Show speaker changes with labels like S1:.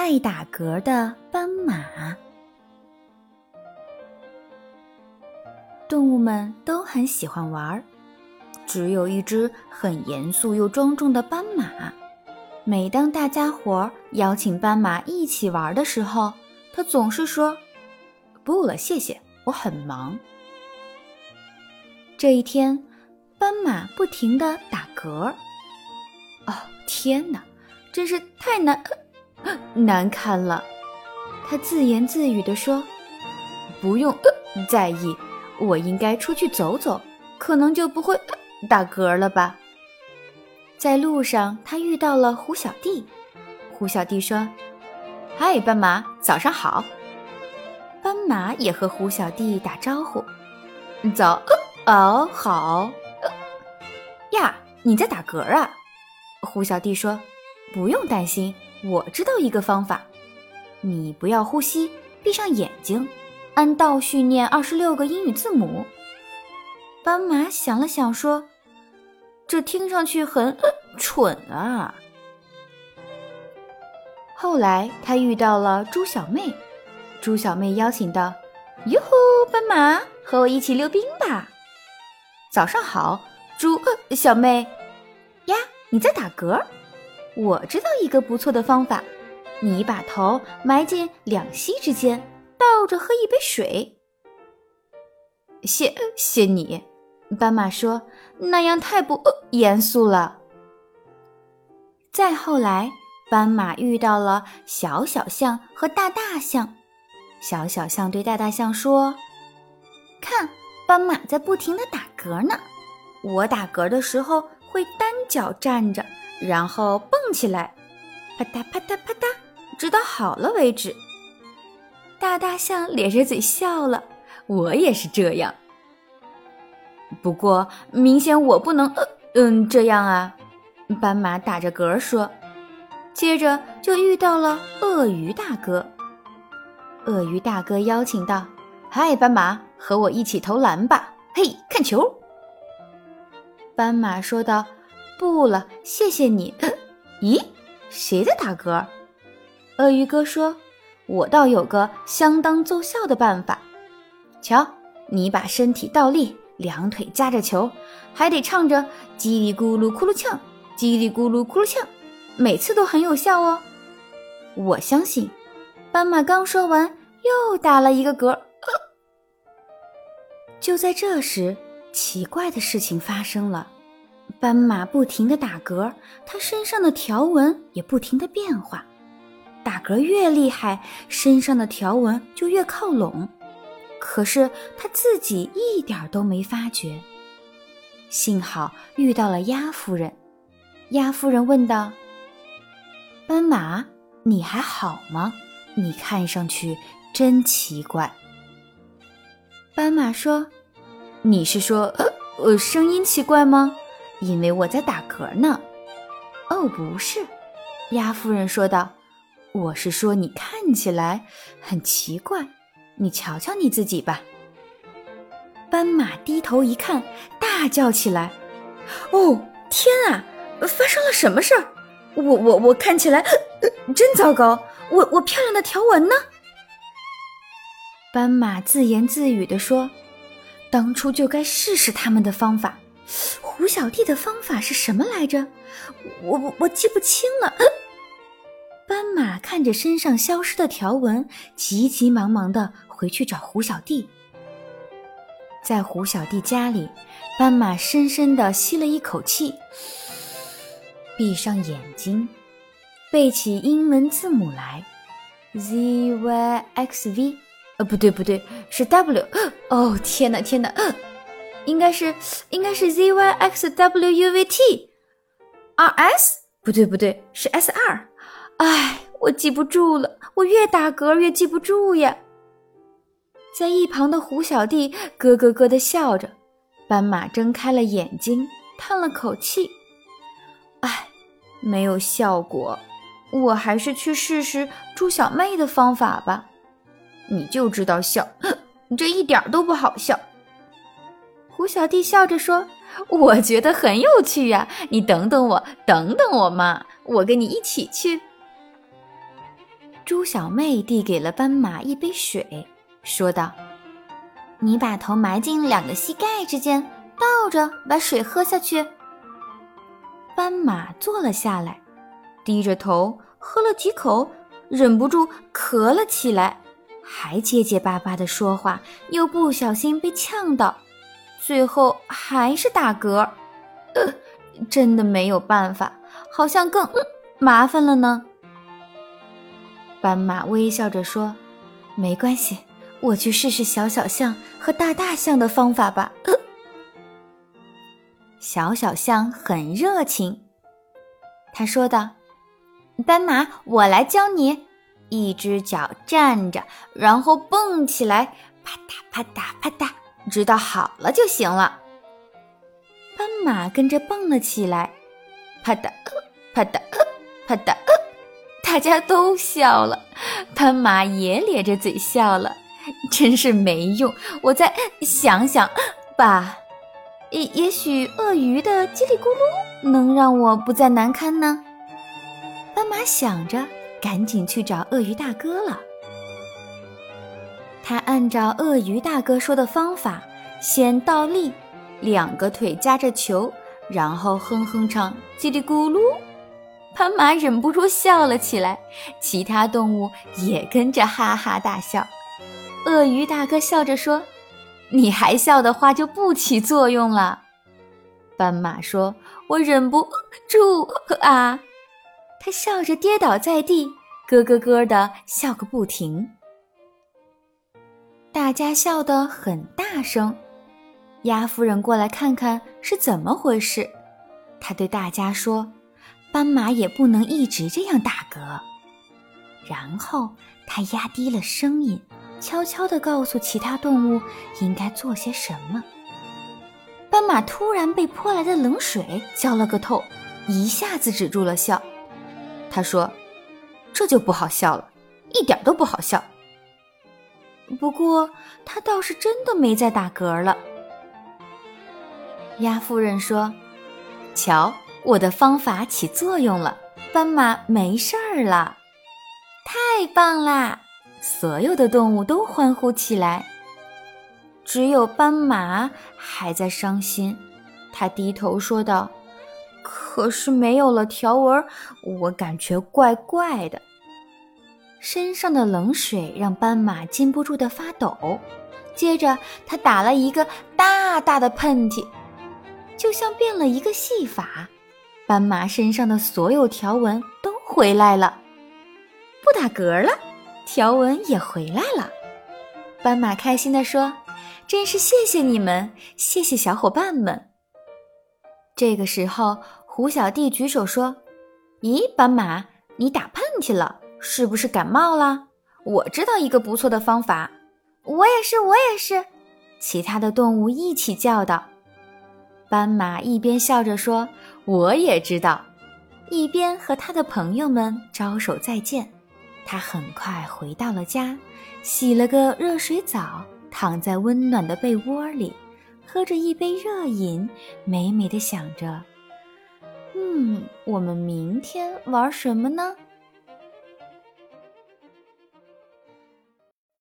S1: 爱打嗝的斑马。动物们都很喜欢玩，只有一只很严肃又庄重的斑马。每当大家伙邀请斑马一起玩的时候，它总是说：“不了，谢谢，我很忙。”这一天，斑马不停地打嗝。哦，天哪，真是太难看了。他自言自语地说：“不用在意，我应该出去走走，可能就不会打嗝了吧。”在路上，他遇到了胡小弟。胡小弟说：“嗨，斑马，早上好。”斑马也和胡小弟打招呼：“早。哦，好。呀，你在打嗝啊？”胡小弟说：“不用担心，我知道一个方法。你不要呼吸，闭上眼睛，按倒序念26个英语字母。”斑马想了想说：“这听上去很蠢啊。”后来他遇到了猪小妹，猪小妹邀请道：“哟吼，斑马，和我一起溜冰吧。”早上好，猪小妹呀，你在打嗝？我知道一个不错的方法，你把头埋进两膝之间，倒着喝一杯水。谢你，斑马说，那样太不严肃了。再后来，斑马遇到了小小象和大大象。小小象对大大象说：“看，斑马在不停地打嗝呢。我打嗝的时候会单脚站着，然后蹦起来，啪嗒啪嗒啪嗒，直到好了为止。”大大象咧着嘴笑了，我也是这样。不过明显我不能这样啊，斑马打着嗝说。接着就遇到了鳄鱼大哥。鳄鱼大哥邀请道：“嗨，斑马，和我一起投篮吧，嘿，看球。”斑马说道：“不了，谢谢你。”咦，谁在打嗝？鳄鱼哥说：“我倒有个相当奏效的办法。瞧，你把身体倒立，两腿夹着球，还得唱着叽里咕噜咕噜呛，叽里咕噜咕噜呛，每次都很有效哦。”我相信。斑马刚说完，又打了一个嗝。就在这时，奇怪的事情发生了。斑马不停地打嗝，它身上的条纹也不停地变化。打嗝越厉害，身上的条纹就越靠拢。可是它自己一点都没发觉。幸好遇到了鸭夫人。鸭夫人问道：“斑马，你还好吗？你看上去真奇怪。”斑马说：“你是说声音奇怪吗？因为我在打嗝呢。”哦，不是，鸭夫人说道，我是说你看起来很奇怪，你瞧瞧你自己吧。斑马低头一看，大叫起来：“哦，天啊，发生了什么事儿？我看起来真糟糕，我漂亮的条纹呢？”斑马自言自语地说：“当初就该试试他们的方法。胡小弟的方法是什么来着？我记不清了。”斑马看着身上消失的条纹，急急忙忙地回去找胡小弟。在胡小弟家里，斑马深深地吸了一口气，闭上眼睛，背起英文字母来 ZYXV， 不对，是 W。 哦，天哪，应该是 ZYXWUVT。 RS， 不对，是 SR。 哎，我记不住了，我越打嗝越记不住呀。在一旁的胡小弟咯咯咯地笑着。斑马睁开了眼睛，叹了口气：“哎，没有效果，我还是去试试猪小妹的方法吧。”你就知道笑，这一点都不好笑。胡小弟笑着说：“我觉得很有趣呀，你等等我嘛，我跟你一起去。” 猪小妹递给了斑马一杯水，说道：“你把头埋进2个膝盖之间，倒着把水喝下去。”斑马坐了下来，低着头喝了几口，忍不住咳了起来，还结结巴巴地说话，又不小心被呛到，最后还是打嗝。真的没有办法，好像更麻烦了呢。斑马微笑着说：“没关系，我去试试小小象和大大象的方法吧。”小小象很热情，他说道：“斑马，我来教你，一只脚站着，然后蹦起来，啪嗒啪嗒啪嗒，直到好了就行了。”斑马跟着蹦了起来，啪嗒啪嗒啪嗒，大家都笑了，斑马也咧着嘴笑了。真是没用，我再想想吧，也许鳄鱼的叽里咕噜能让我不再难堪呢。斑马想着，赶紧去找鳄鱼大哥了。他按照鳄鱼大哥说的方法，先倒立，2个腿夹着球，然后哼哼唱叽里咕噜。斑马忍不住笑了起来，其他动物也跟着哈哈大笑。鳄鱼大哥笑着说：“你还笑的话就不起作用了。”斑马说：“我忍不住啊！”他笑着跌倒在地，咯咯咯地笑个不停。大家笑得很大声，鸭夫人过来看看是怎么回事。她对大家说：“斑马也不能一直这样打嗝。”然后她压低了声音，悄悄地告诉其他动物应该做些什么。斑马突然被泼来的冷水浇了个透，一下子止住了笑。他说：“这就不好笑了，一点都不好笑。”不过他倒是真的没再打嗝了。鸭夫人说：“瞧，我的方法起作用了，斑马没事儿了。”太棒啦！所有的动物都欢呼起来。只有斑马还在伤心，他低头说道：“可是没有了条纹，我感觉怪怪的。”身上的冷水让斑马禁不住地发抖，接着他打了一个大大的喷嚏，就像变了一个戏法，斑马身上的所有条纹都回来了，不打嗝了，条纹也回来了。斑马开心地说：“真是谢谢你们，谢谢小伙伴们。”这个时候，胡小弟举手说：“咦，斑马，你打喷嚏了，是不是感冒了？我知道一个不错的方法。”“我也是，我也是。”其他的动物一起叫道。斑马一边笑着说：“我也知道。”一边和他的朋友们招手再见。他很快回到了家，洗了个热水澡，躺在温暖的被窝里，喝着一杯热饮，美美地想着：我们明天玩什么呢？